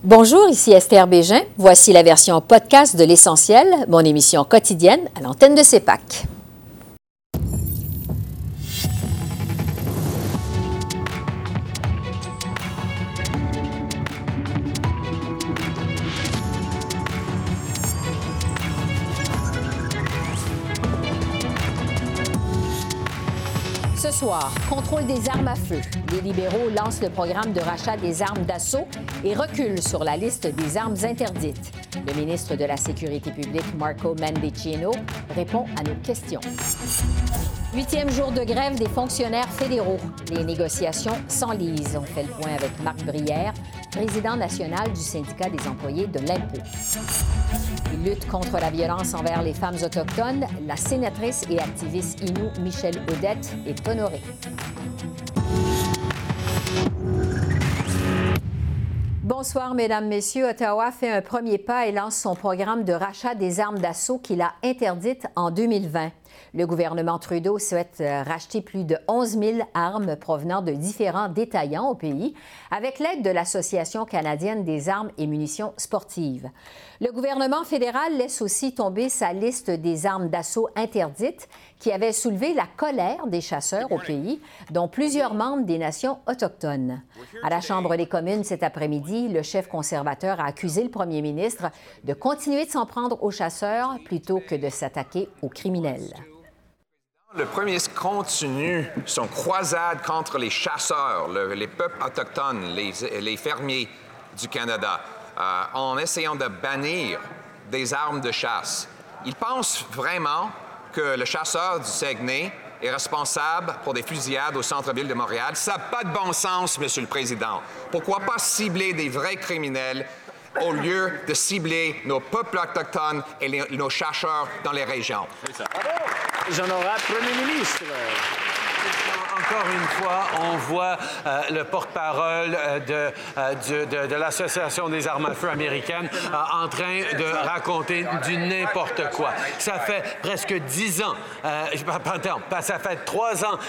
Bonjour, ici Esther Bégin. Voici la version podcast de L'Essentiel, mon émission quotidienne à l'antenne de CEPAC. Ce soir, contrôle des armes à feu. Les libéraux lancent le programme de rachat des armes d'assaut et reculent sur la liste des armes interdites. Le ministre de la Sécurité publique, Marco Mendicino, répond à nos questions. 8e jour de grève des fonctionnaires fédéraux. Les négociations s'enlisent. On fait le point avec Marc Brière, président national du syndicat des employés de l'impôt. Il lutte contre la violence envers les femmes autochtones. La sénatrice et activiste Innu Michèle Audette est honorée. Bonsoir, Mesdames, Messieurs. Ottawa fait un premier pas et lance son programme de rachat des armes d'assaut qu'il a interdites en 2020. Le gouvernement Trudeau souhaite racheter plus de 11 000 armes provenant de différents détaillants au pays avec l'aide de l'Association canadienne des armes et munitions sportives. Le gouvernement fédéral laisse aussi tomber sa liste des armes d'assaut interdites qui avait soulevé la colère des chasseurs au pays, dont plusieurs membres des nations autochtones. À la Chambre des communes cet après-midi, le chef conservateur a accusé le premier ministre de continuer de s'en prendre aux chasseurs plutôt que de s'attaquer aux criminels. Le premier ministre continue son croisade contre les chasseurs, les peuples autochtones, les fermiers du Canada, en essayant de bannir des armes de chasse. Il pense vraiment que le chasseur du Saguenay est responsable pour des fusillades au centre-ville de Montréal. Ça n'a pas de bon sens, Monsieur le Président. Pourquoi pas cibler des vrais criminels au lieu de cibler nos peuples autochtones et nos chasseurs dans les régions? Honorable Premier ministre. Encore une fois, on voit le porte-parole de l'Association des armes à feu américaines en train de raconter du n'importe quoi. Ça fait presque 10 ans, ça fait 3 ans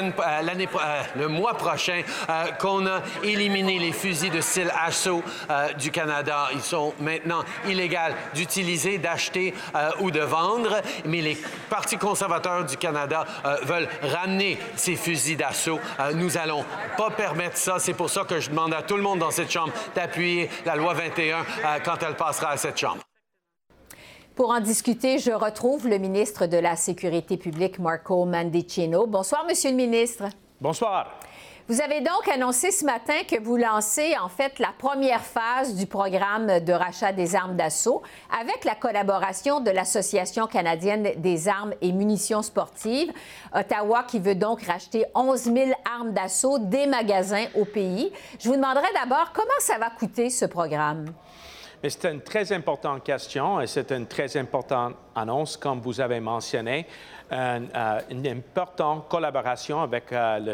le mois prochain qu'on a éliminé les fusils de style assaut du Canada. Ils sont maintenant illégaux d'utiliser, d'acheter ou de vendre, mais les partis conservateurs du Canada veulent ramener ces fusils d'assaut. Nous n'allons pas permettre ça. C'est pour ça que je demande à tout le monde dans cette Chambre d'appuyer la loi 21 quand elle passera à cette Chambre. Pour en discuter, je retrouve le ministre de la Sécurité publique, Marco Mendicino. Bonsoir, Monsieur le ministre. Bonsoir. Vous avez donc annoncé ce matin que vous lancez en fait la première phase du programme de rachat des armes d'assaut avec la collaboration de l'Association canadienne des armes et munitions sportives. Ottawa qui veut donc racheter 11 000 armes d'assaut des magasins au pays. Je vous demanderai d'abord comment ça va coûter ce programme. Mais c'est une très importante question et c'est une très importante annonce, comme vous avez mentionné. Une importante collaboration avec le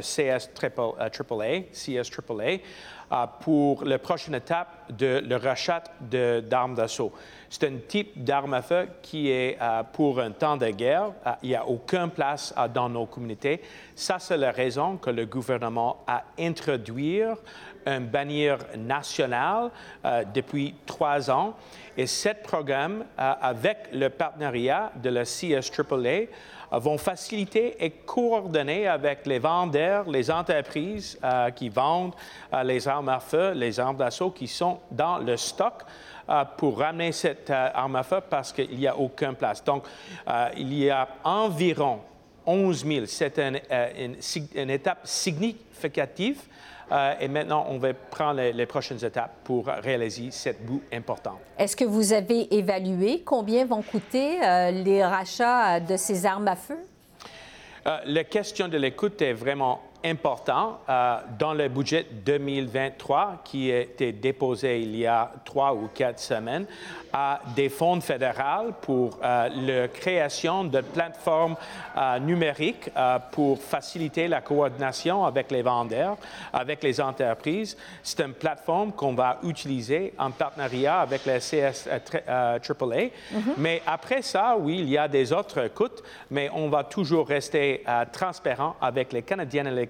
CSAA pour la prochaine étape de le rachat d'armes d'assaut. C'est un type d'arme à feu qui est pour un temps de guerre. Il n'y a aucune place dans nos communautés. Ça, c'est la raison que le gouvernement a introduit un bannière national depuis 3 ans. Et ce programme, avec le partenariat de la CSAA, vont faciliter et coordonner avec les vendeurs, les entreprises qui vendent les armes à feu, les armes d'assaut qui sont dans le stock pour ramener cette arme à feu parce qu'il n'y a aucune place. Donc, il y a environ 11 000. C'est une étape significative. Et maintenant, on va prendre les prochaines étapes pour réaliser cette bout importante. Est-ce que vous avez évalué combien vont coûter les rachats de ces armes à feu? La question de l'écoute est vraiment importante. Dans le budget 2023, qui a été déposé il y a 3 ou 4 semaines, des fonds fédéraux pour la création de plateformes numériques pour faciliter la coordination avec les vendeurs, avec les entreprises. C'est une plateforme qu'on va utiliser en partenariat avec la CSAA. Mais après ça, oui, il y a des autres coûts, mais on va toujours rester transparent avec les Canadiennes et les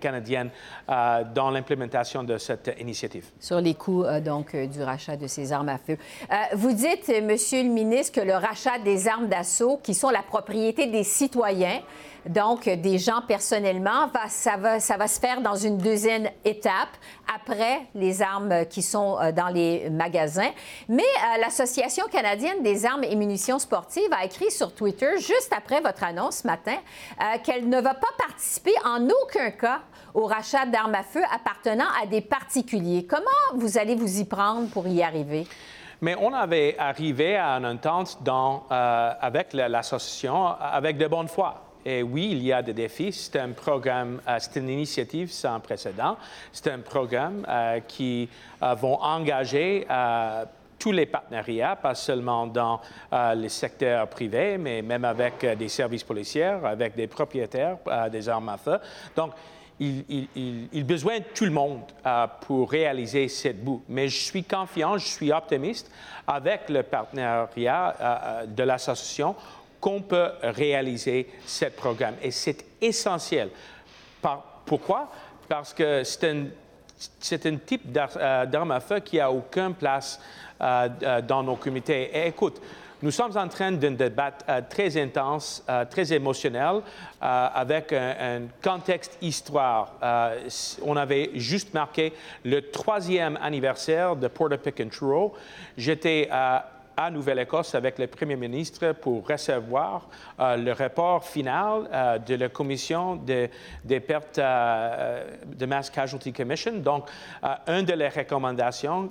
canadienne dans l'implémentation de cette initiative. Sur les coûts, du rachat de ces armes à feu. Vous dites, Monsieur le ministre, que le rachat des armes d'assaut, qui sont la propriété des citoyens, donc des gens personnellement, ça va se faire dans une deuxième étape, après les armes qui sont dans les magasins. Mais l'Association canadienne des armes et munitions sportives a écrit sur Twitter, juste après votre annonce ce matin, qu'elle ne va pas participer en aucun cas au rachat d'armes à feu appartenant à des particuliers. Comment vous allez vous y prendre pour y arriver? Mais on avait arrivé à une entente avec l'association avec de bonne foi. Et oui, il y a des défis. C'est un programme, c'est une initiative sans précédent. C'est un programme qui va engager tous les partenariats, pas seulement dans le secteur privé, mais même avec des services policiers, avec des propriétaires des armes à feu. Donc, il a besoin de tout le monde pour réaliser cette bout. Mais je suis confiant, je suis optimiste avec le partenariat de l'association qu'on peut réaliser ce programme. Et c'est essentiel. Pourquoi? Parce que c'est un type d'arme à feu qui n'a aucune place dans nos communautés. Et écoute, nous sommes en train d'un débat très intense, très émotionnel, avec un contexte histoire. On avait juste marqué le 3e anniversaire de Portapique and Truro. J'étais à Nouvelle-Écosse avec le Premier ministre pour recevoir le rapport final de la Commission des pertes de Mass Casualty Commission. Donc, une de les recommandations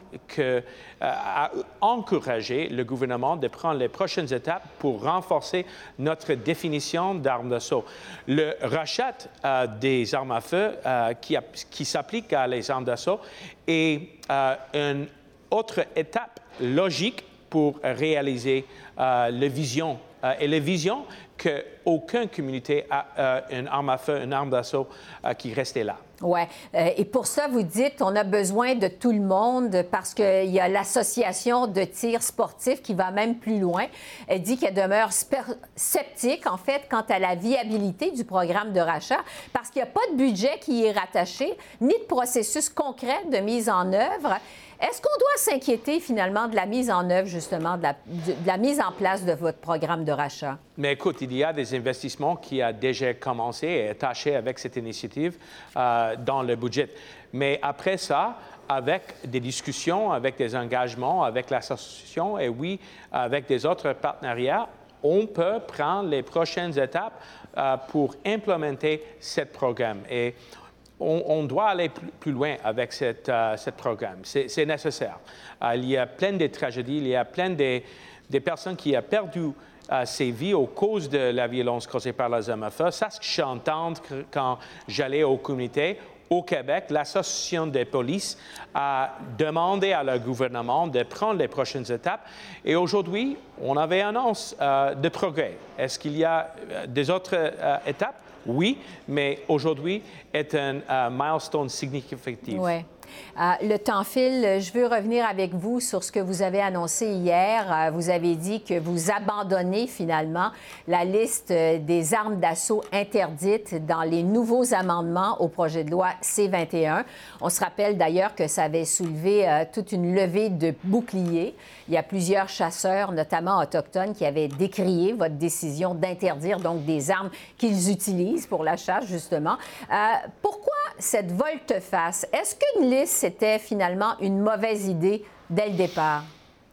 a encouragé le gouvernement de prendre les prochaines étapes pour renforcer notre définition d'armes d'assaut. Le rachat des armes à feu qui s'applique à les armes d'assaut est une autre étape logique pour réaliser la vision. Et la vision qu'aucune communauté a une arme à feu, une arme d'assaut qui restait là. Oui. Et pour ça, vous dites on a besoin de tout le monde parce qu'il y a l'Association de tir sportif qui va même plus loin. Elle dit qu'elle demeure sceptique, en fait, quant à la viabilité du programme de rachat parce qu'il n'y a pas de budget qui y est rattaché, ni de processus concret de mise en œuvre. Est-ce qu'on doit s'inquiéter finalement de la mise en œuvre, justement, de la mise en place de votre programme de rachat? Mais écoute, il y a des investissements qui ont déjà commencé et attachés avec cette initiative dans le budget. Mais après ça, avec des discussions, avec des engagements, avec l'association et oui, avec des autres partenariats, on peut prendre les prochaines étapes pour implémenter ce programme. Et on doit aller plus loin avec ce programme. C'est nécessaire. Il y a plein de tragédies, il y a plein de personnes qui ont perdu ses vies à cause de la violence causée par les armes à feu. Ça, ce que j'entends quand j'allais aux communautés. Au Québec, l'Association des polices a demandé à le gouvernement de prendre les prochaines étapes. Et aujourd'hui, on avait annonce de progrès. Est-ce qu'il y a des autres étapes? Oui, mais aujourd'hui est un milestone significatif. Oui. Le temps file. Je veux revenir avec vous sur ce que vous avez annoncé hier. Vous avez dit que vous abandonnez finalement la liste des armes d'assaut interdites dans les nouveaux amendements au projet de loi C-21. On se rappelle d'ailleurs que ça avait soulevé toute une levée de boucliers. Il y a plusieurs chasseurs, notamment autochtones, qui avaient décrié votre décision d'interdire donc des armes qu'ils utilisent pour la chasse, justement. Pourquoi cette volte-face? Est-ce qu'une liste, c'était finalement une mauvaise idée dès le départ?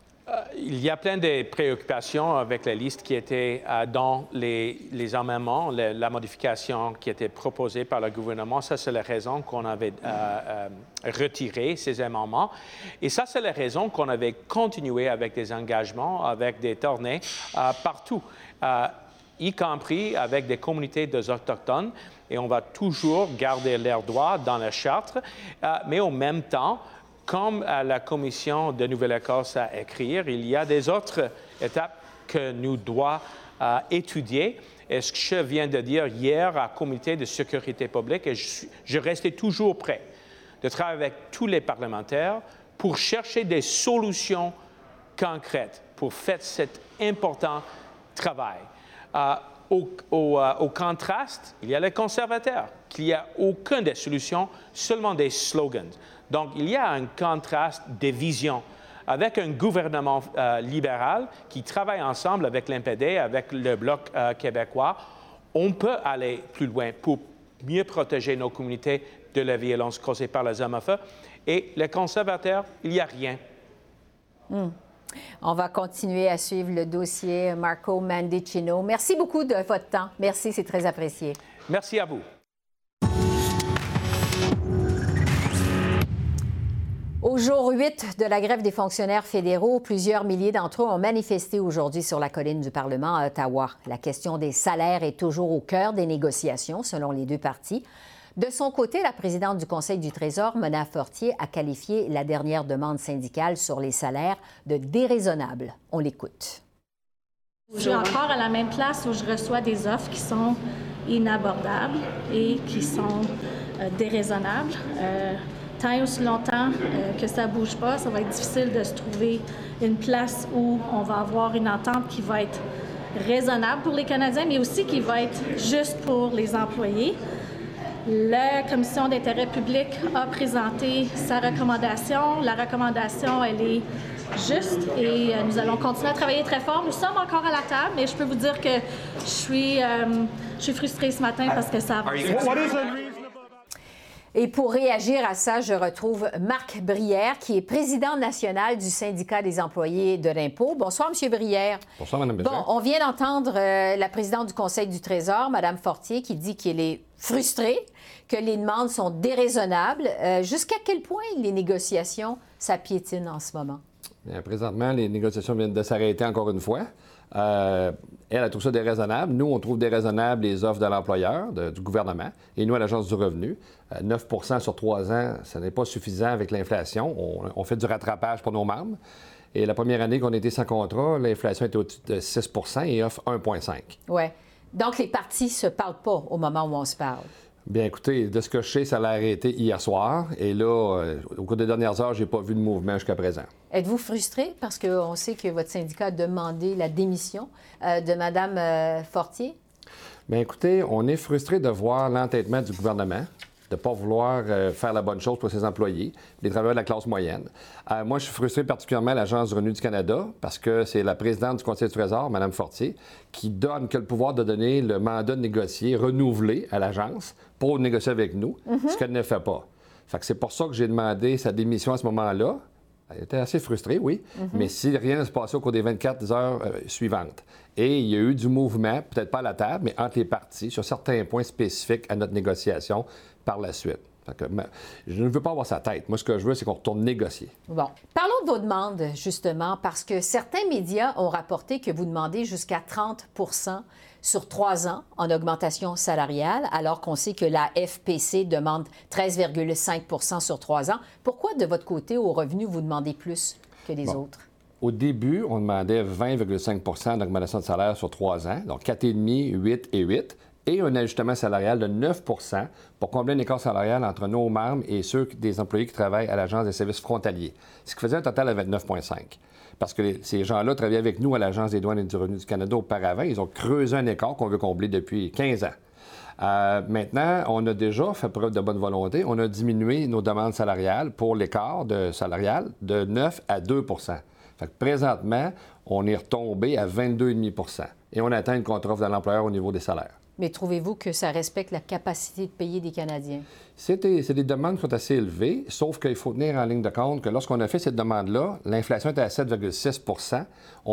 Il y a plein de préoccupations avec la liste qui était dans les amendements, la modification qui était proposée par le gouvernement. Ça, c'est la raison qu'on avait retiré ces amendements. Et ça, c'est la raison qu'on avait continué avec des engagements, avec des tournées partout, y compris avec des communautés d'Autochtones. Et on va toujours garder leurs droits dans la charte, mais en même temps, comme la Commission de Nouvelle-Écosse a écrit, il y a des autres étapes que nous devons étudier. Et ce que je viens de dire hier à la Comité de sécurité publique, et je restais toujours prêt de travailler avec tous les parlementaires pour chercher des solutions concrètes pour faire cet important travail. Au contraste, il y a les conservateurs, qu'il n'y a aucune des solutions, seulement des slogans. Donc, il y a un contraste des visions. Avec un gouvernement libéral qui travaille ensemble avec l'NPD, avec le Bloc québécois, on peut aller plus loin pour mieux protéger nos communautés de la violence causée par les armes à feu. Et les conservateurs, il n'y a rien. On va continuer à suivre le dossier Marco Mendicino. Merci beaucoup de votre temps. Merci, c'est très apprécié. Merci à vous. Au jour 8 de la grève des fonctionnaires fédéraux, plusieurs milliers d'entre eux ont manifesté aujourd'hui sur la colline du Parlement à Ottawa. La question des salaires est toujours au cœur des négociations, selon les deux partis. De son côté, la présidente du Conseil du Trésor, Mona Fortier, a qualifié la dernière demande syndicale sur les salaires de déraisonnable. On l'écoute. Je suis encore à la même place où je reçois des offres qui sont inabordables et qui sont déraisonnables. Tant et aussi longtemps que ça ne bouge pas, ça va être difficile de se trouver une place où on va avoir une entente qui va être raisonnable pour les Canadiens, mais aussi qui va être juste pour les employés. La Commission d'intérêt public a présenté sa recommandation. La recommandation, elle est juste et nous allons continuer à travailler très fort. Nous sommes encore à la table, mais je peux vous dire que je suis frustrée ce matin parce que ça avance. Et pour réagir à ça, je retrouve Marc Brière, qui est président national du syndicat des employés de l'impôt. Bonsoir, M. Brière. Bonsoir, Mme Béchard. Bon, on vient d'entendre la présidente du Conseil du Trésor, Mme Fortier, qui dit qu'elle est frustrée, que les demandes sont déraisonnables. Jusqu'à quel point les négociations, ça piétine en ce moment? Bien, présentement, les négociations viennent de s'arrêter encore une fois. Elle trouve ça déraisonnable. Nous, on trouve déraisonnable les offres de l'employeur, du gouvernement, et nous, à l'Agence du revenu. 9 sur 3 ans, ce n'est pas suffisant avec l'inflation. On fait du rattrapage pour nos membres. Et la première année qu'on était sans contrat, l'inflation était au-dessus de 6 et offre 1,5. Oui. Donc, les partis ne se parlent pas au moment où on se parle. Bien, écoutez, de ce que je sais, ça l'a arrêté hier soir. Et là, au cours des dernières heures, je n'ai pas vu de mouvement jusqu'à présent. Êtes-vous frustré? Parce qu'on sait que votre syndicat a demandé la démission de Mme Fortier. Bien, écoutez, on est frustré de voir l'entêtement du gouvernement, de ne pas vouloir faire la bonne chose pour ses employés, les travailleurs de la classe moyenne. Moi, je suis frustré particulièrement à l'Agence du revenu du Canada parce que c'est la présidente du Conseil du Trésor, Mme Fortier, qui donne que le pouvoir de donner le mandat de négocier renouvelé à l'Agence pour négocier avec nous, ce qu'elle ne fait pas. Fait que c'est pour ça que j'ai demandé sa démission à ce moment-là. Elle était assez frustrée, oui, mais si rien ne se passait au cours des 24 heures suivantes. Et il y a eu du mouvement, peut-être pas à la table, mais entre les parties, sur certains points spécifiques à notre négociation par la suite. Fait que, je ne veux pas avoir sa tête. Moi, ce que je veux, c'est qu'on retourne négocier. Bon. Parlons de vos demandes, justement, parce que certains médias ont rapporté que vous demandez jusqu'à 30 sur 3 ans en augmentation salariale, alors qu'on sait que la FPC demande 13,5 sur 3 ans. Pourquoi, de votre côté, au revenu, vous demandez plus que les autres? Au début, on demandait 20,5 d'augmentation de salaire sur 3 ans, donc 4,5, 8 et 8, et un ajustement salarial de 9 pour combler un écart salarial entre nos membres et ceux des employés qui travaillent à l'Agence des services frontaliers, ce qui faisait un total de 29,5. Parce que ces gens-là travaillaient avec nous à l'Agence des douanes et du revenu du Canada auparavant. Ils ont creusé un écart qu'on veut combler depuis 15 ans. Maintenant, on a déjà fait preuve de bonne volonté. On a diminué nos demandes salariales pour l'écart salarial de 9 à 2 Fait que présentement, on est retombé à 22,5 et on atteint une contre-offre de l'employeur au niveau des salaires. Mais trouvez-vous que ça respecte la capacité de payer des Canadiens? C'est des demandes qui sont assez élevées, sauf qu'il faut tenir en ligne de compte que lorsqu'on a fait cette demande-là, l'inflation était à 7,6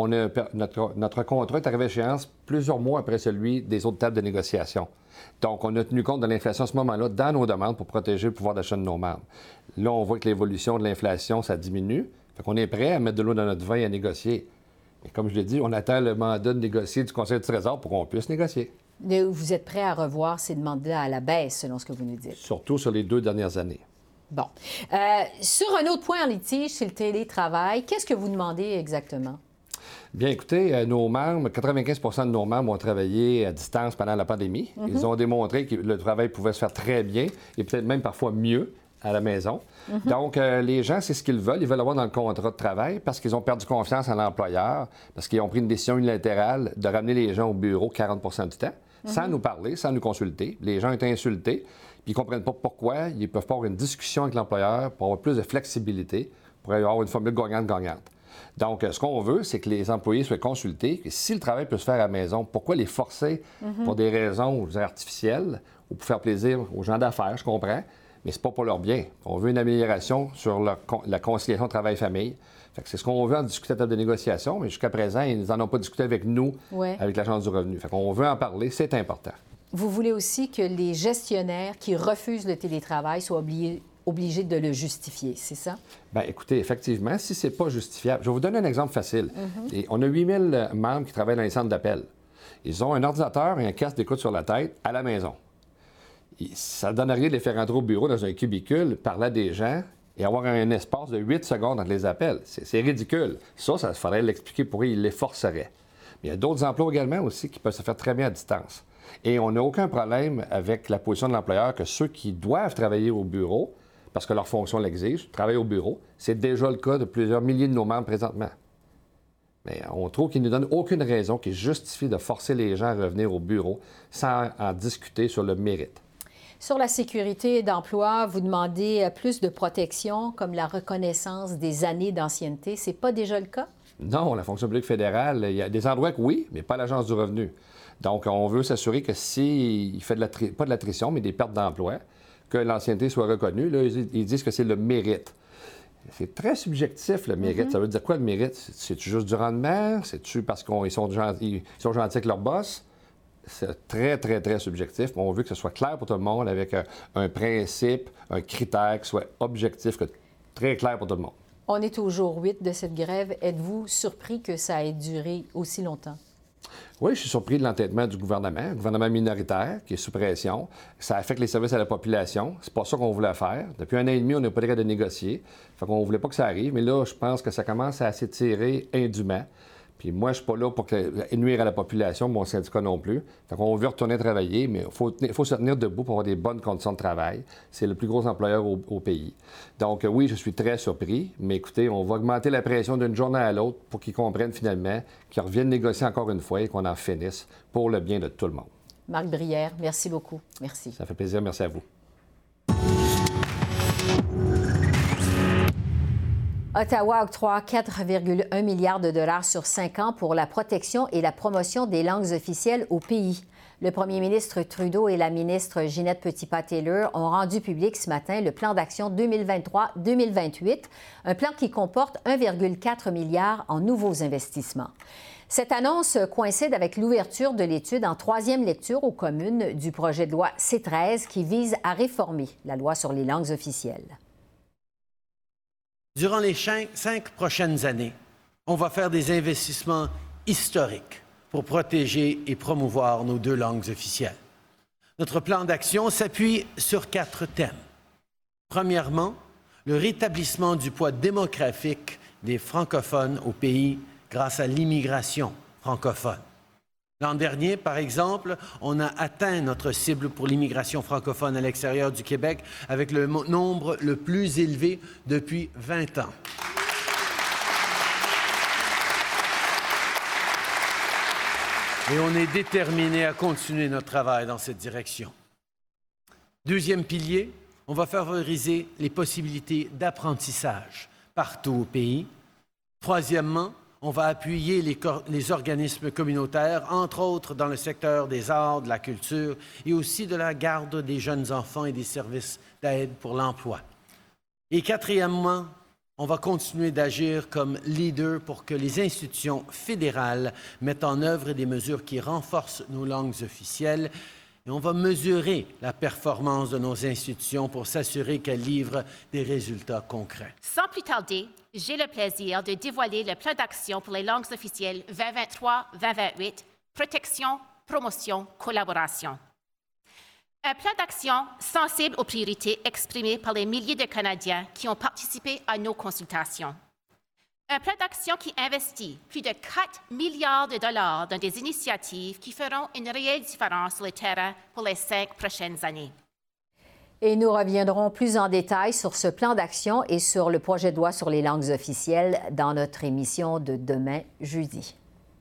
Notre contrat est arrivé à échéance plusieurs mois après celui des autres tables de négociation. Donc, on a tenu compte de l'inflation à ce moment-là dans nos demandes pour protéger le pouvoir d'achat de nos membres. Là, on voit que l'évolution de l'inflation, ça diminue. Fait qu'on est prêt à mettre de l'eau dans notre vin et à négocier. Mais comme je l'ai dit, on attend le mandat de négocier du Conseil du Trésor pour qu'on puisse négocier. Vous êtes prêt à revoir ces demandes-là à la baisse, selon ce que vous nous dites? Surtout sur les 2 dernières années. Bon. Sur un autre point en litige, c'est le télétravail. Qu'est-ce que vous demandez exactement? Bien, écoutez, nos membres, 95 de nos membres ont travaillé à distance pendant la pandémie. Ils ont démontré que le travail pouvait se faire très bien et peut-être même parfois mieux à la maison. Donc, les gens, c'est ce qu'ils veulent. Ils veulent avoir dans le contrat de travail parce qu'ils ont perdu confiance en l'employeur, parce qu'ils ont pris une décision unilatérale de ramener les gens au bureau 40 du temps, sans nous parler, sans nous consulter. Les gens ont été insultés, puis ils ne comprennent pas pourquoi. Ils ne peuvent pas avoir une discussion avec l'employeur pour avoir plus de flexibilité, pour avoir une formule gagnante-gagnante. Donc, ce qu'on veut, c'est que les employés soient consultés, que si le travail peut se faire à la maison, pourquoi les forcer pour des raisons artificielles ou pour faire plaisir aux gens d'affaires, je comprends, mais c'est pas pour leur bien. On veut une amélioration sur la conciliation travail-famille. C'est ce qu'on veut en discuter à la table de négociation, mais jusqu'à présent, ils n'en ont pas discuté avec nous, avec l'Agence du revenu. Fait qu'on veut en parler, c'est important. Vous voulez aussi que les gestionnaires qui refusent le télétravail soient obligés de le justifier, c'est ça? Bien, écoutez, effectivement, si c'est pas justifiable... Je vais vous donner un exemple facile. Et on a 8000 membres qui travaillent dans les centres d'appel. Ils ont un ordinateur et un casque d'écoute sur la tête à la maison. Ça ne donne rien de les faire rentrer au bureau dans un cubicule, parler à des gens et avoir un espace de 8 secondes entre les appels. C'est ridicule. Ça il faudrait l'expliquer pourquoi ils les forceraient. Mais il y a d'autres emplois également aussi qui peuvent se faire très bien à distance. Et on n'a aucun problème avec la position de l'employeur que ceux qui doivent travailler au bureau, parce que leur fonction l'exige, travaillent au bureau. C'est déjà le cas de plusieurs milliers de nos membres présentement. Mais on trouve qu'il ne nous donne aucune raison qui justifie de forcer les gens à revenir au bureau sans en discuter sur le mérite. Sur la sécurité d'emploi, vous demandez plus de protection, comme la reconnaissance des années d'ancienneté. C'est pas déjà le cas? Non, la fonction publique fédérale, il y a des endroits que oui, mais pas l'Agence du revenu. Donc, on veut s'assurer que s'il fait pas de l'attrition, mais des pertes d'emploi, que l'ancienneté soit reconnue. Là, ils disent que c'est le mérite. C'est très subjectif, le mérite. Ça veut dire quoi, le mérite? C'est-tu juste du rendement? C'est-tu parce qu'ils sont gentils avec leur boss? C'est très, très, très subjectif. On veut que ce soit clair pour tout le monde avec un principe, un critère qui soit objectif, très clair pour tout le monde. On est au jour 8 de cette grève. Êtes-vous surpris que ça ait duré aussi longtemps? Oui, je suis surpris de l'entêtement du gouvernement, minoritaire, qui est sous pression. Ça affecte les services à la population. C'est pas ça qu'on voulait faire. Depuis 1 an et demi, on n'a pas de de négocier. Fait qu'on voulait pas que ça arrive. Mais là, je pense que ça commence à s'étirer indûment. Puis moi, je suis pas là pour nuire à la population, mon syndicat non plus. Donc, on veut retourner travailler, mais il faut se tenir debout pour avoir des bonnes conditions de travail. C'est le plus gros employeur au pays. Donc, oui, je suis très surpris, mais écoutez, on va augmenter la pression d'une journée à l'autre pour qu'ils comprennent finalement, qu'ils reviennent négocier encore une fois et qu'on en finisse pour le bien de tout le monde. Marc Brière, merci beaucoup. Merci. Ça fait plaisir. Merci à vous. Ottawa octroie 4,1 milliards de dollars sur 5 ans pour la protection et la promotion des langues officielles au pays. Le premier ministre Trudeau et la ministre Ginette Petitpas-Taylor ont rendu public ce matin le plan d'action 2023-2028, un plan qui comporte 1,4 milliard en nouveaux investissements. Cette annonce coïncide avec l'ouverture de l'étude en 3e lecture aux communes du projet de loi C-13 qui vise à réformer la loi sur les langues officielles. Durant les 5 prochaines années, on va faire des investissements historiques pour protéger et promouvoir nos 2 langues officielles. Notre plan d'action s'appuie sur 4 thèmes. Premièrement, le rétablissement du poids démographique des francophones au pays grâce à l'immigration francophone. L'an dernier, par exemple, on a atteint notre cible pour l'immigration francophone à l'extérieur du Québec avec le nombre le plus élevé depuis 20 ans. Et on est déterminé à continuer notre travail dans cette direction. Deuxième pilier, on va favoriser les possibilités d'apprentissage partout au pays. Troisièmement, on va appuyer les organismes communautaires, entre autres dans le secteur des arts, de la culture et aussi de la garde des jeunes enfants et des services d'aide pour l'emploi. Et quatrièmement, on va continuer d'agir comme leader pour que les institutions fédérales mettent en œuvre des mesures qui renforcent nos langues officielles. Et on va mesurer la performance de nos institutions pour s'assurer qu'elles livrent des résultats concrets. Sans plus tarder, j'ai le plaisir de dévoiler le plan d'action pour les langues officielles 2023-2028, protection, promotion, collaboration. Un plan d'action sensible aux priorités exprimées par les milliers de Canadiens qui ont participé à nos consultations. Un plan d'action qui investit plus de 4 milliards de dollars dans des initiatives qui feront une réelle différence sur le terrain pour les 5 prochaines années. Et nous reviendrons plus en détail sur ce plan d'action et sur le projet de loi sur les langues officielles dans notre émission de demain, jeudi.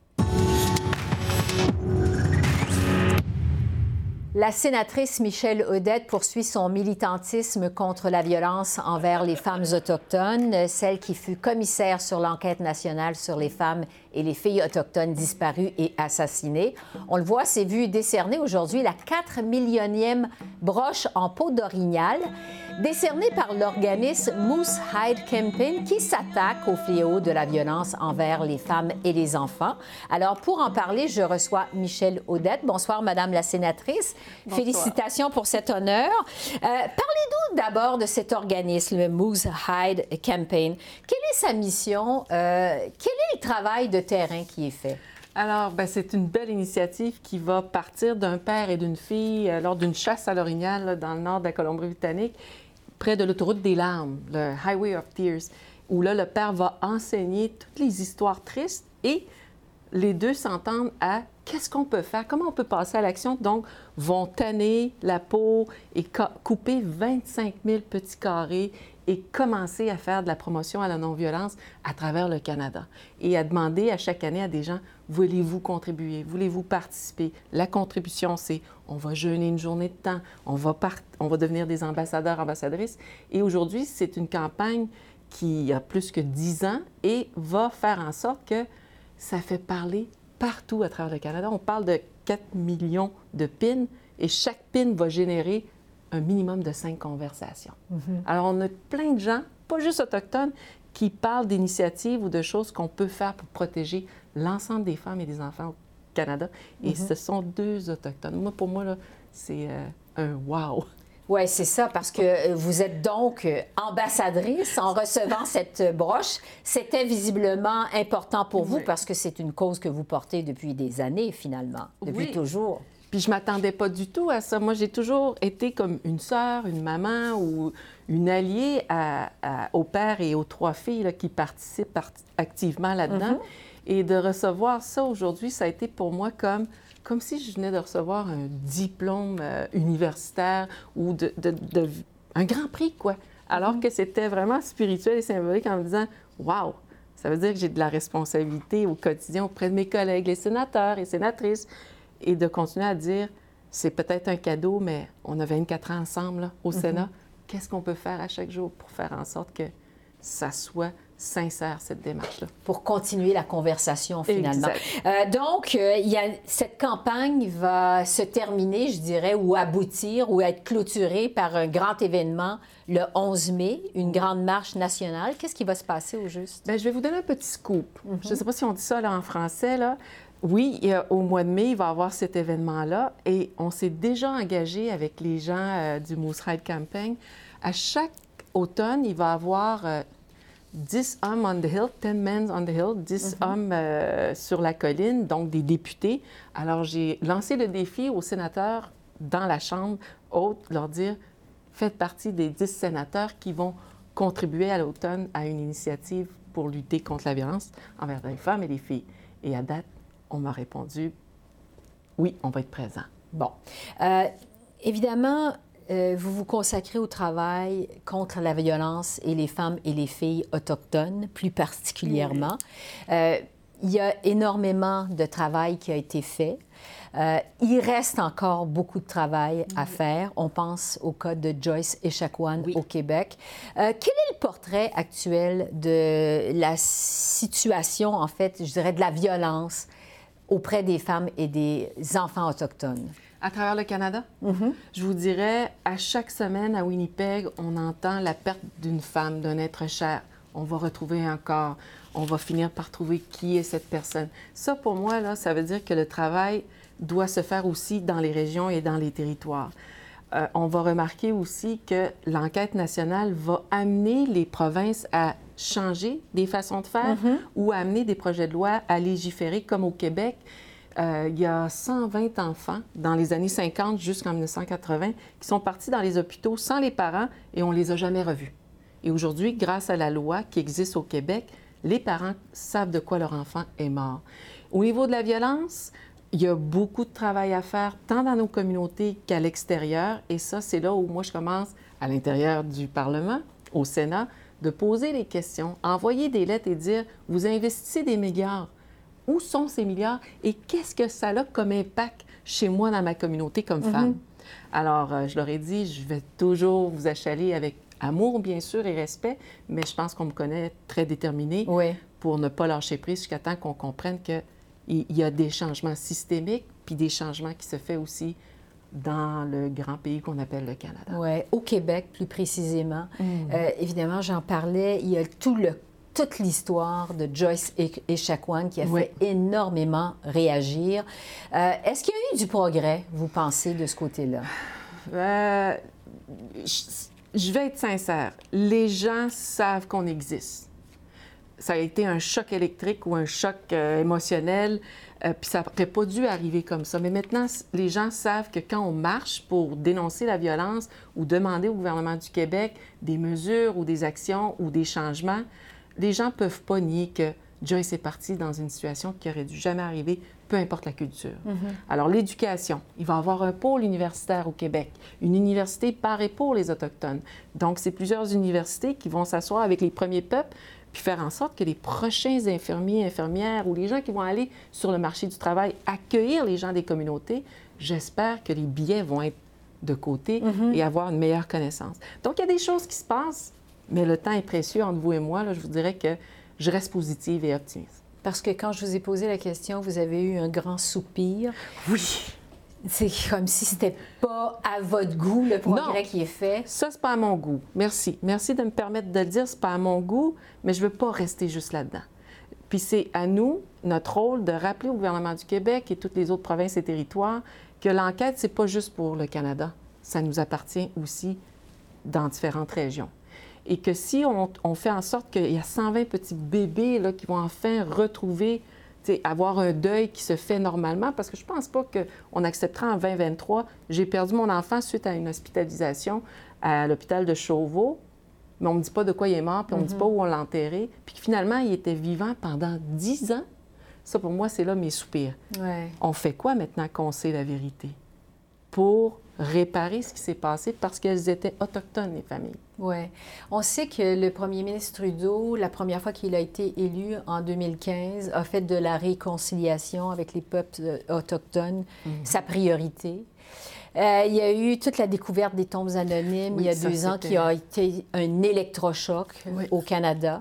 La sénatrice Michèle Audette poursuit son militantisme contre la violence envers les femmes autochtones, celle qui fut commissaire sur l'enquête nationale sur les femmes et les filles autochtones disparues et assassinées. On le voit, s'est vu décerner aujourd'hui la 4 millionième broche en peau d'orignal, décernée par l'organisme Moose Hide Campaign qui s'attaque au fléau de la violence envers les femmes et les enfants. Alors, pour en parler, je reçois Michèle Audette. Bonsoir, Madame la sénatrice. Bonsoir. Félicitations pour cet honneur. Parlez-nous d'abord de cet organisme, le Moose Hide Campaign. Quelle est sa mission? Quel est le travail de terrain qui est fait? Alors, c'est une belle initiative qui va partir d'un père et d'une fille lors d'une chasse à l'orignal là, dans le nord de la Colombie-Britannique, près de l'autoroute des larmes, le Highway of Tears, où là, le père va enseigner toutes les histoires tristes et les deux s'entendent à qu'est-ce qu'on peut faire, comment on peut passer à l'action. Donc, vont tanner la peau et couper 25 000 petits carrés et commencer à faire de la promotion à la non-violence à travers le Canada. Et à demander à chaque année à des gens, voulez-vous contribuer, voulez-vous participer? La contribution, c'est on va jeûner une journée de temps, on va devenir des ambassadeurs, ambassadrices. Et aujourd'hui, c'est une campagne qui a plus que 10 ans et va faire en sorte que ça fait parler partout à travers le Canada. On parle de 4 millions de pins et chaque pin va générer un minimum de 5 conversations. Alors, on a plein de gens, pas juste autochtones, qui parlent d'initiatives ou de choses qu'on peut faire pour protéger l'ensemble des femmes et des enfants au Canada. Et ce sont 2 autochtones. Moi, pour moi, là, c'est un wow! Oui, c'est ça, parce que vous êtes donc ambassadrice en recevant cette broche. C'était visiblement important pour vous parce que c'est une cause que vous portez depuis des années, finalement, depuis toujours. Puis je ne m'attendais pas du tout à ça. Moi, j'ai toujours été comme une sœur, une maman ou une alliée au père et aux 3 filles là, qui participent activement là-dedans. Et de recevoir ça aujourd'hui, ça a été pour moi comme si je venais de recevoir un diplôme universitaire ou un grand prix, quoi. Alors que c'était vraiment spirituel et symbolique en me disant « Wow! » Ça veut dire que j'ai de la responsabilité au quotidien auprès de mes collègues, les sénateurs et sénatrices, et de continuer à dire « C'est peut-être un cadeau, mais on a 24 ans ensemble là, au Sénat. Qu'est-ce qu'on peut faire à chaque jour pour faire en sorte que ça soit sincère, cette démarche-là. » Pour continuer la conversation, finalement. Donc, cette campagne va se terminer, je dirais, ou aboutir, ou être clôturée par un grand événement le 11 mai, une grande marche nationale. Qu'est-ce qui va se passer au juste? Bien, je vais vous donner un petit scoop. Je ne sais pas si on dit ça là, en français, là. Oui, au mois de mai, il va y avoir cet événement-là et on s'est déjà engagé avec les gens du Moose Hide Campaign. À chaque automne, il va y avoir 10 hommes on the hill, 10 men on the hill, 10 hommes sur la colline, donc des députés. Alors, j'ai lancé le défi aux sénateurs dans la Chambre haute, leur dire « Faites partie des 10 sénateurs qui vont contribuer à l'automne à une initiative pour lutter contre la violence envers les femmes et les filles. » Et à date, on m'a répondu « Oui, on va être présent. » Bon. Évidemment, vous vous consacrez au travail contre la violence et les femmes et les filles autochtones, plus particulièrement. Il y a énormément de travail qui a été fait. Il reste encore beaucoup de travail à faire. On pense au cas de Joyce Echaquan au Québec. Quel est le portrait actuel de la situation, en fait, je dirais, de la violence auprès des femmes et des enfants autochtones? À travers le Canada? Je vous dirais, à chaque semaine à Winnipeg, on entend la perte d'une femme, d'un être cher. On va retrouver un corps. On va finir par trouver qui est cette personne. Ça, pour moi, là, ça veut dire que le travail doit se faire aussi dans les régions et dans les territoires. On va remarquer aussi que l'enquête nationale va amener les provinces à changer des façons de faire ou à amener des projets de loi à légiférer, comme au Québec. Il y a 120 enfants dans les années 50 jusqu'en 1980 qui sont partis dans les hôpitaux sans les parents et on ne les a jamais revus. Et aujourd'hui, grâce à la loi qui existe au Québec, les parents savent de quoi leur enfant est mort. Au niveau de la violence, il y a beaucoup de travail à faire, tant dans nos communautés qu'à l'extérieur. Et ça, c'est là où moi, je commence, à l'intérieur du Parlement, au Sénat, de poser les questions, envoyer des lettres et dire, vous investissez des milliards. Où sont ces milliards et qu'est-ce que ça a comme impact chez moi dans ma communauté comme femme? Alors, je leur ai dit, je vais toujours vous achaler avec amour, bien sûr, et respect, mais je pense qu'on me connaît très déterminée pour ne pas lâcher prise jusqu'à temps qu'on comprenne qu'il y a des changements systémiques puis des changements qui se font aussi dans le grand pays qu'on appelle le Canada. Oui, au Québec, plus précisément. Évidemment, j'en parlais, il y a toute l'histoire de Joyce Echaquan qui a fait énormément réagir. Est-ce qu'il y a eu du progrès, vous pensez, de ce côté-là? Je vais être sincère. Les gens savent qu'on existe. Ça a été un choc électrique ou un choc émotionnel, puis ça n'aurait pas dû arriver comme ça. Mais maintenant, les gens savent que quand on marche pour dénoncer la violence ou demander au gouvernement du Québec des mesures ou des actions ou des changements, les gens ne peuvent pas nier que Joyce est partie dans une situation qui aurait dû jamais arriver, peu importe la culture. Alors, l'éducation, il va y avoir un pôle universitaire au Québec, une université par et pour les Autochtones. Donc, c'est plusieurs universités qui vont s'asseoir avec les premiers peuples puis faire en sorte que les prochains infirmiers, infirmières ou les gens qui vont aller sur le marché du travail accueillir les gens des communautés, j'espère que les biais vont être de côté et avoir une meilleure connaissance. Donc, il y a des choses qui se passent, mais le temps est précieux entre vous et moi. Là, je vous dirais que je reste positive et optimiste. Parce que quand je vous ai posé la question, vous avez eu un grand soupir. Oui. C'est comme si c'était pas à votre goût, le progrès qui est fait. Ça, c'est pas à mon goût. Merci. Merci de me permettre de le dire, c'est pas à mon goût, mais je veux pas rester juste là-dedans. Puis c'est à nous, notre rôle, de rappeler au gouvernement du Québec et toutes les autres provinces et territoires que l'enquête, c'est pas juste pour le Canada. Ça nous appartient aussi dans différentes régions. Et que si on fait en sorte qu'il y a 120 petits bébés là, qui vont enfin retrouver, avoir un deuil qui se fait normalement, parce que je ne pense pas qu'on acceptera en 2023. J'ai perdu mon enfant suite à une hospitalisation à l'hôpital de Chauveau, mais on ne me dit pas de quoi il est mort, puis on ne me dit pas où on l'a enterré, puis finalement, il était vivant pendant 10 ans. Ça, pour moi, c'est là mes soupirs. On fait quoi maintenant qu'on sait la vérité? Pour réparer ce qui s'est passé parce qu'elles étaient autochtones, les familles. Oui. On sait que le premier ministre Trudeau, la première fois qu'il a été élu en 2015, a fait de la réconciliation avec les peuples autochtones sa priorité. Il y a eu toute la découverte des tombes anonymes il y a 2 ans qui a été un électrochoc au Canada.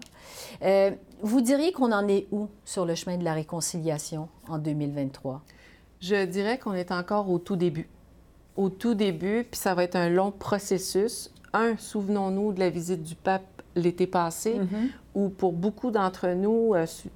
Vous diriez qu'on en est où sur le chemin de la réconciliation en 2023? Je dirais qu'on est encore au tout début. Au tout début, puis ça va être un long processus. Souvenons-nous de la visite du pape l'été passé, où pour beaucoup d'entre nous,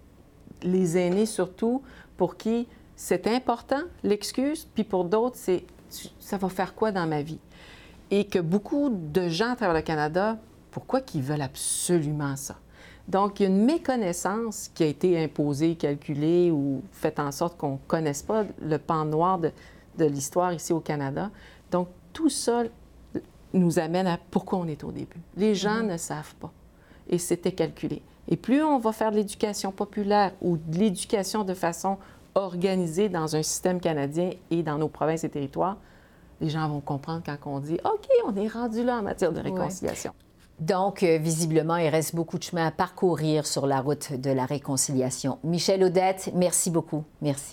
les aînés surtout, pour qui c'est important, l'excuse, puis pour d'autres, c'est ça va faire quoi dans ma vie? Et que beaucoup de gens à travers le Canada, pourquoi qu'ils veulent absolument ça? Donc, il y a une méconnaissance qui a été imposée, calculée ou faite en sorte qu'on ne connaisse pas le pan noir de l'histoire ici au Canada. Donc, tout ça nous amène à pourquoi on est au début. Les gens ne savent pas. Et c'était calculé. Et plus on va faire de l'éducation populaire ou de l'éducation de façon organisée dans un système canadien et dans nos provinces et territoires, les gens vont comprendre quand on dit « OK, on est rendu là en matière de réconciliation ». Donc, visiblement, il reste beaucoup de chemin à parcourir sur la route de la réconciliation. Michèle Audette, merci beaucoup. Merci.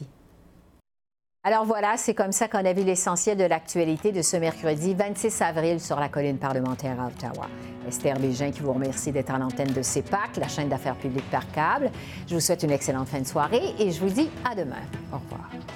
Alors voilà, c'est comme ça qu'on a vu l'essentiel de l'actualité de ce mercredi 26 avril sur la colline parlementaire à Ottawa. Esther Bégin qui vous remercie d'être à l'antenne de CEPAC, la chaîne d'affaires publiques par câble. Je vous souhaite une excellente fin de soirée et je vous dis à demain. Au revoir.